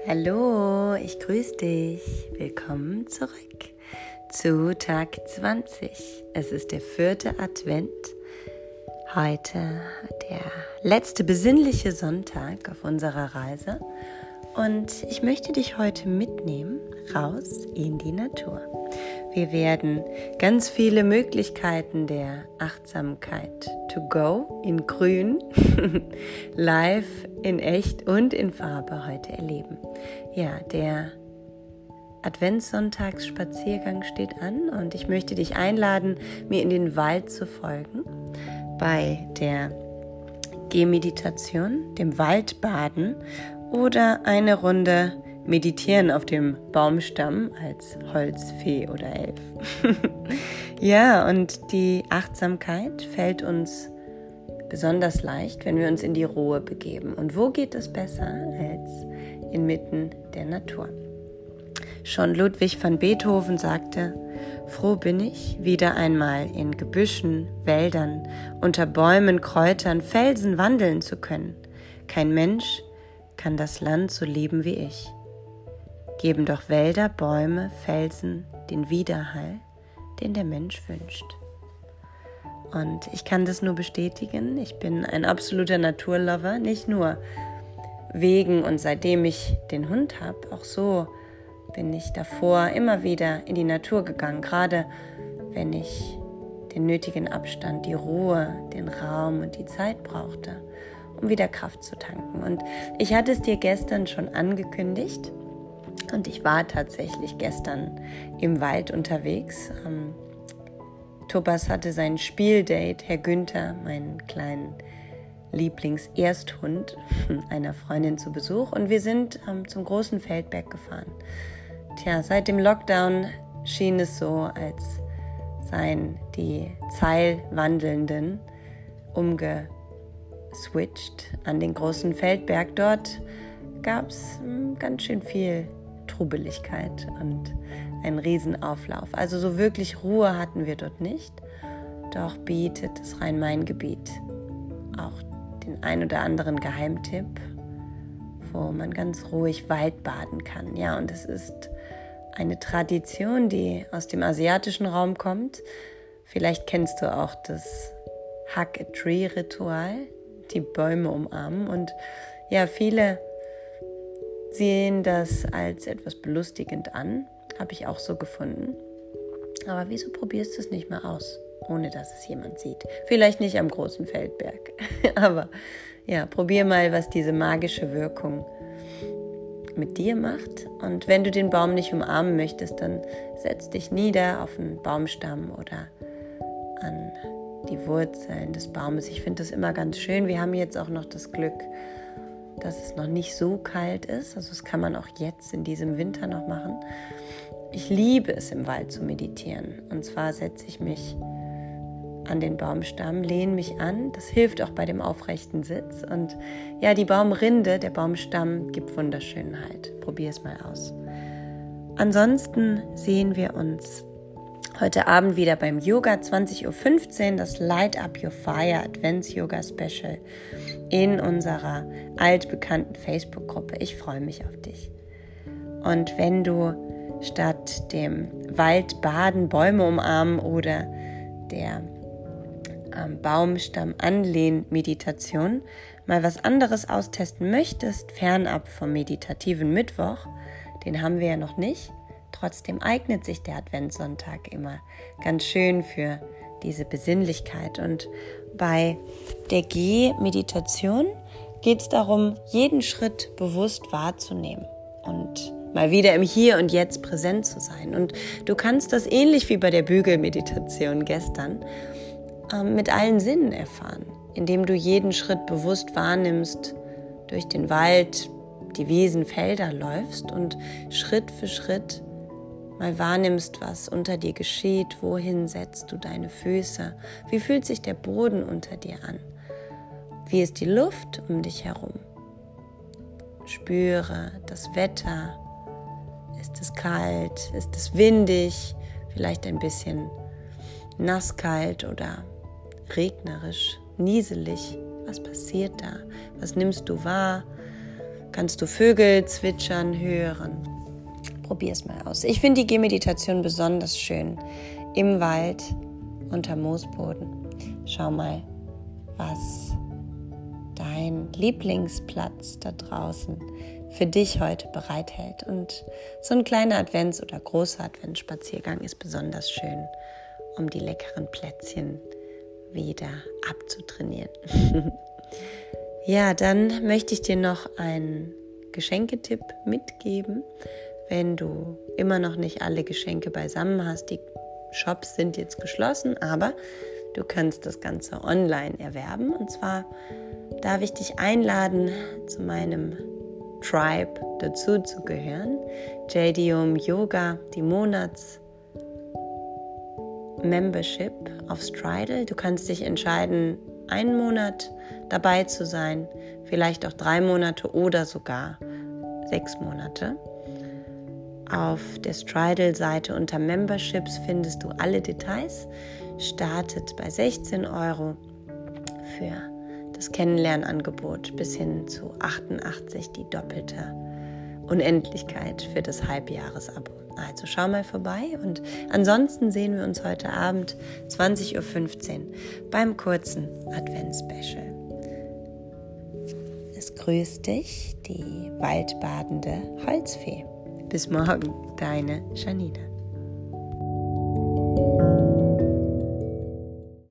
Hallo, ich grüße dich. Willkommen zurück zu Tag 20. Es ist der 4. Advent. Heute der letzte besinnliche Sonntag auf unserer Reise. Und ich möchte dich heute mitnehmen, raus in die Natur. Wir werden ganz viele Möglichkeiten der Achtsamkeit to go in grün, live, in echt und in Farbe heute erleben. Ja, der Adventssonntagsspaziergang steht an und ich möchte dich einladen, mir in den Wald zu folgen bei der Gehmeditation, dem Waldbaden oder eine Runde meditieren auf dem Baumstamm als Holzfee oder Elf. Ja, und die Achtsamkeit fällt uns besonders leicht, wenn wir uns in die Ruhe begeben. Und wo geht es besser als inmitten der Natur? Schon Ludwig van Beethoven sagte: Froh bin ich, wieder einmal in Gebüschen, Wäldern, unter Bäumen, Kräutern, Felsen wandeln zu können. Kein Mensch kann das Land so lieben wie ich. Geben doch Wälder, Bäume, Felsen den Widerhall, den der Mensch wünscht. Und ich kann das nur bestätigen. Ich bin ein absoluter Naturlover, nicht nur wegen und seitdem ich den Hund habe, auch so bin ich davor immer wieder in die Natur gegangen, gerade wenn ich den nötigen Abstand, die Ruhe, den Raum und die Zeit brauchte, um wieder Kraft zu tanken. Und ich hatte es dir gestern schon angekündigt und ich war tatsächlich gestern im Wald unterwegs. Thomas hatte sein Spieldate, Herr Günther, meinen kleinen Lieblings-Ersthund, einer Freundin zu Besuch und wir sind zum großen Feldberg gefahren. Tja, seit dem Lockdown schien es so, als seien die Zeilwandelnden umgeswitcht an den großen Feldberg. Dort gab es ganz schön viel Trubeligkeit und einen Riesenauflauf. Also so wirklich Ruhe hatten wir dort nicht. Doch bietet das Rhein-Main-Gebiet auch den ein oder anderen Geheimtipp, wo man ganz ruhig Waldbaden kann. Ja, und es ist eine Tradition, die aus dem asiatischen Raum kommt. Vielleicht kennst du auch das Hug-a-Tree-Ritual, die Bäume umarmen. Und ja, viele sehen das als etwas belustigend an, habe ich auch so gefunden. Aber wieso probierst du es nicht mal aus, ohne dass es jemand sieht? Vielleicht nicht am großen Feldberg, aber ja, probier mal, was diese magische Wirkung mit dir macht. Und wenn du den Baum nicht umarmen möchtest, dann setz dich nieder auf einen Baumstamm oder an die Wurzeln des Baumes. Ich finde das immer ganz schön. Wir haben jetzt auch noch das Glück, dass es noch nicht so kalt ist. Also das kann man auch jetzt in diesem Winter noch machen. Ich liebe es, im Wald zu meditieren. Und zwar setze ich mich an den Baumstamm, lehne mich an. Das hilft auch bei dem aufrechten Sitz. Und ja, die Baumrinde, der Baumstamm gibt wunderschön Halt. Probier es mal aus. Ansonsten sehen wir uns heute Abend wieder beim Yoga, 20.15 Uhr, das Light Up Your Fire Advents Yoga Special in unserer altbekannten Facebook-Gruppe. Ich freue mich auf dich. Und wenn du statt dem Waldbaden, Bäume umarmen oder der Baumstamm anlehnen Meditation mal was anderes austesten möchtest, fernab vom meditativen Mittwoch, den haben wir ja noch nicht. Trotzdem eignet sich der Adventssonntag immer ganz schön für diese Besinnlichkeit. Und bei der Geh-Meditation geht es darum, jeden Schritt bewusst wahrzunehmen und mal wieder im Hier und Jetzt präsent zu sein. Und du kannst das ähnlich wie bei der Bügelmeditation gestern mit allen Sinnen erfahren, indem du jeden Schritt bewusst wahrnimmst, durch den Wald, die Wiesen, Felder läufst und Schritt für Schritt mal wahrnimmst, was unter dir geschieht, wohin setzt du deine Füße, wie fühlt sich der Boden unter dir an, wie ist die Luft um dich herum. Spüre das Wetter, ist es kalt, ist es windig, vielleicht ein bisschen nasskalt oder regnerisch, nieselig. Was passiert da? Was nimmst du wahr? kannst du Vögel zwitschern hören. Probier's mal aus. Ich finde die Gehmeditation besonders schön im Wald unter Moosboden. Schau mal, was dein Lieblingsplatz da draußen für dich heute bereithält. Und so ein kleiner Advents- oder großer Adventsspaziergang ist besonders schön, um die leckeren Plätzchen wieder abzutrainieren. Ja, dann möchte ich dir noch einen Geschenketipp mitgeben. Wenn du immer noch nicht alle Geschenke beisammen hast, die Shops sind jetzt geschlossen, aber du kannst das Ganze online erwerben. Und zwar darf ich dich einladen, zu meinem Tribe dazu zu gehören. JD Home Yoga, die Monats-Membership auf Stridal. Du kannst dich entscheiden, einen Monat dabei zu sein, vielleicht auch 3 Monate oder sogar 6 Monate. Auf der Stridal-Seite unter Memberships findest du alle Details. Startet bei 16 € für das Kennenlernangebot bis hin zu 88, die doppelte Unendlichkeit für das Halbjahresabo. Also schau mal vorbei und ansonsten sehen wir uns heute Abend 20:15 Uhr beim kurzen Advents-Special. Es grüßt dich die waldbadende Holzfee. Bis morgen, deine Janina.